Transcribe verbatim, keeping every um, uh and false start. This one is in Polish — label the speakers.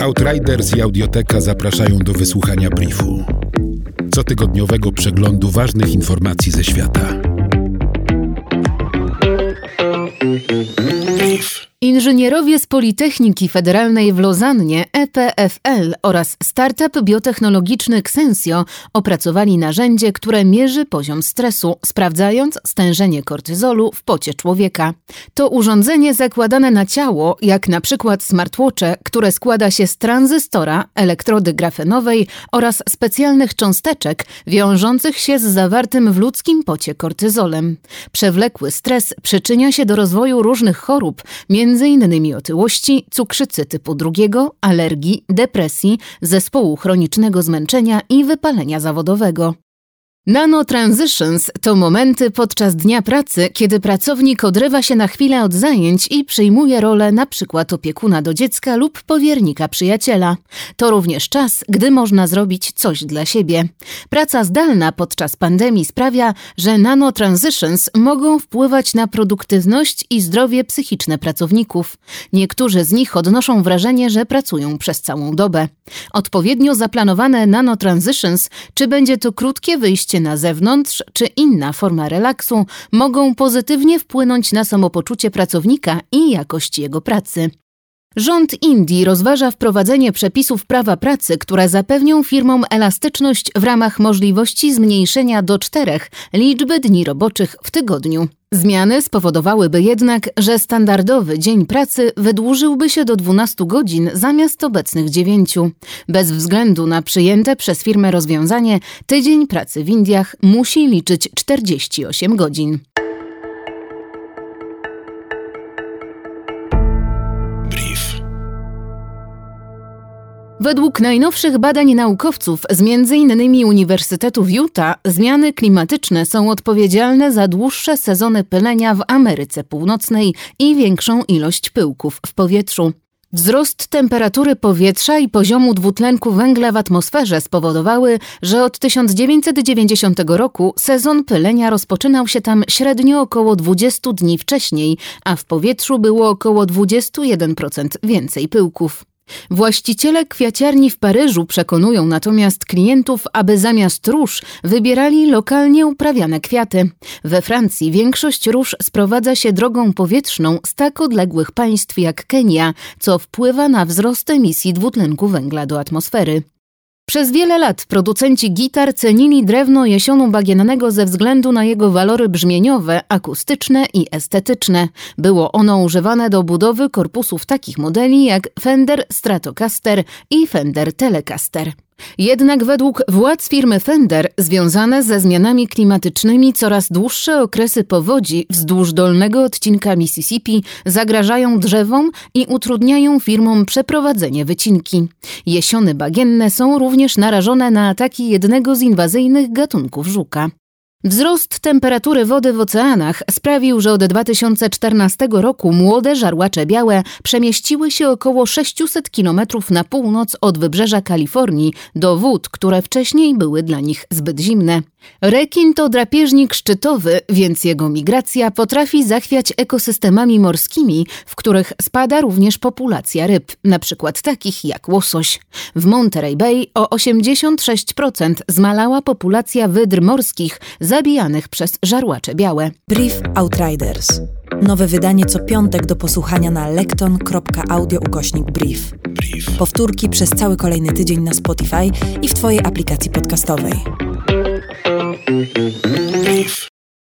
Speaker 1: Outriders i Audioteka zapraszają do wysłuchania briefu, cotygodniowego przeglądu ważnych informacji ze świata. Brief.
Speaker 2: Inżynierowie z Politechniki Federalnej w Lozannie E P F L oraz startup biotechnologiczny Xensio opracowali narzędzie, które mierzy poziom stresu, sprawdzając stężenie kortyzolu w pocie człowieka. To urządzenie zakładane na ciało, jak na przykład smartwatche, które składa się z tranzystora, elektrody grafenowej oraz specjalnych cząsteczek wiążących się z zawartym w ludzkim pocie kortyzolem. Przewlekły stres przyczynia się do rozwoju różnych chorób, między innymi otyłości, cukrzycy typu drugiego, alergii, depresji, zespołu chronicznego zmęczenia i wypalenia zawodowego. Nanotransitions to momenty podczas dnia pracy, kiedy pracownik odrywa się na chwilę od zajęć i przyjmuje rolę np. opiekuna do dziecka lub powiernika przyjaciela. To również czas, gdy można zrobić coś dla siebie. Praca zdalna podczas pandemii sprawia, że nanotransitions mogą wpływać na produktywność i zdrowie psychiczne pracowników. Niektórzy z nich odnoszą wrażenie, że pracują przez całą dobę. Odpowiednio zaplanowane nanotransitions, czy będzie to krótkie wyjście na zewnątrz, czy inna forma relaksu, mogą pozytywnie wpłynąć na samopoczucie pracownika i jakość jego pracy. Rząd Indii rozważa wprowadzenie przepisów prawa pracy, które zapewnią firmom elastyczność w ramach możliwości zmniejszenia do czterech liczby dni roboczych w tygodniu. Zmiany spowodowałyby jednak, że standardowy dzień pracy wydłużyłby się do dwunastu godzin zamiast obecnych dziewięciu. Bez względu na przyjęte przez firmę rozwiązanie, tydzień pracy w Indiach musi liczyć czterdzieści osiem godzin. Według najnowszych badań naukowców z między innymi Uniwersytetu w Utah, zmiany klimatyczne są odpowiedzialne za dłuższe sezony pylenia w Ameryce Północnej i większą ilość pyłków w powietrzu. Wzrost temperatury powietrza i poziomu dwutlenku węgla w atmosferze spowodowały, że od tysiąc dziewięćset dziewięćdziesiątego roku sezon pylenia rozpoczynał się tam średnio około dwudziestu dni wcześniej, a w powietrzu było około dwadzieścia jeden procent więcej pyłków. Właściciele kwiaciarni w Paryżu przekonują natomiast klientów, aby zamiast róż wybierali lokalnie uprawiane kwiaty. We Francji większość róż sprowadza się drogą powietrzną z tak odległych państw jak Kenia, co wpływa na wzrost emisji dwutlenku węgla do atmosfery. Przez wiele lat producenci gitar cenili drewno jesionu bagiennego ze względu na jego walory brzmieniowe, akustyczne i estetyczne. Było ono używane do budowy korpusów takich modeli jak Fender Stratocaster i Fender Telecaster. Jednak według władz firmy Fender związane ze zmianami klimatycznymi coraz dłuższe okresy powodzi wzdłuż dolnego odcinka Mississippi zagrażają drzewom i utrudniają firmom przeprowadzenie wycinki. Jesiony bagienne są również narażone na ataki jednego z inwazyjnych gatunków żuka. Wzrost temperatury wody w oceanach sprawił, że od dwa tysiące czternastego roku młode żarłacze białe przemieściły się około sześćset kilometrów na północ od wybrzeża Kalifornii do wód, które wcześniej były dla nich zbyt zimne. Rekin to drapieżnik szczytowy, więc jego migracja potrafi zachwiać ekosystemami morskimi, w których spada również populacja ryb, na przykład takich jak łosoś. W Monterey Bay o osiemdziesiąt sześć procent zmalała populacja wydr morskich zabijanych przez żarłacze białe.
Speaker 3: Brief Outriders. Nowe wydanie co piątek do posłuchania na lekton kropka audio ukośnik brief.
Speaker 1: Brief.
Speaker 3: Powtórki przez cały kolejny tydzień na Spotify i w Twojej aplikacji podcastowej.
Speaker 1: Brief.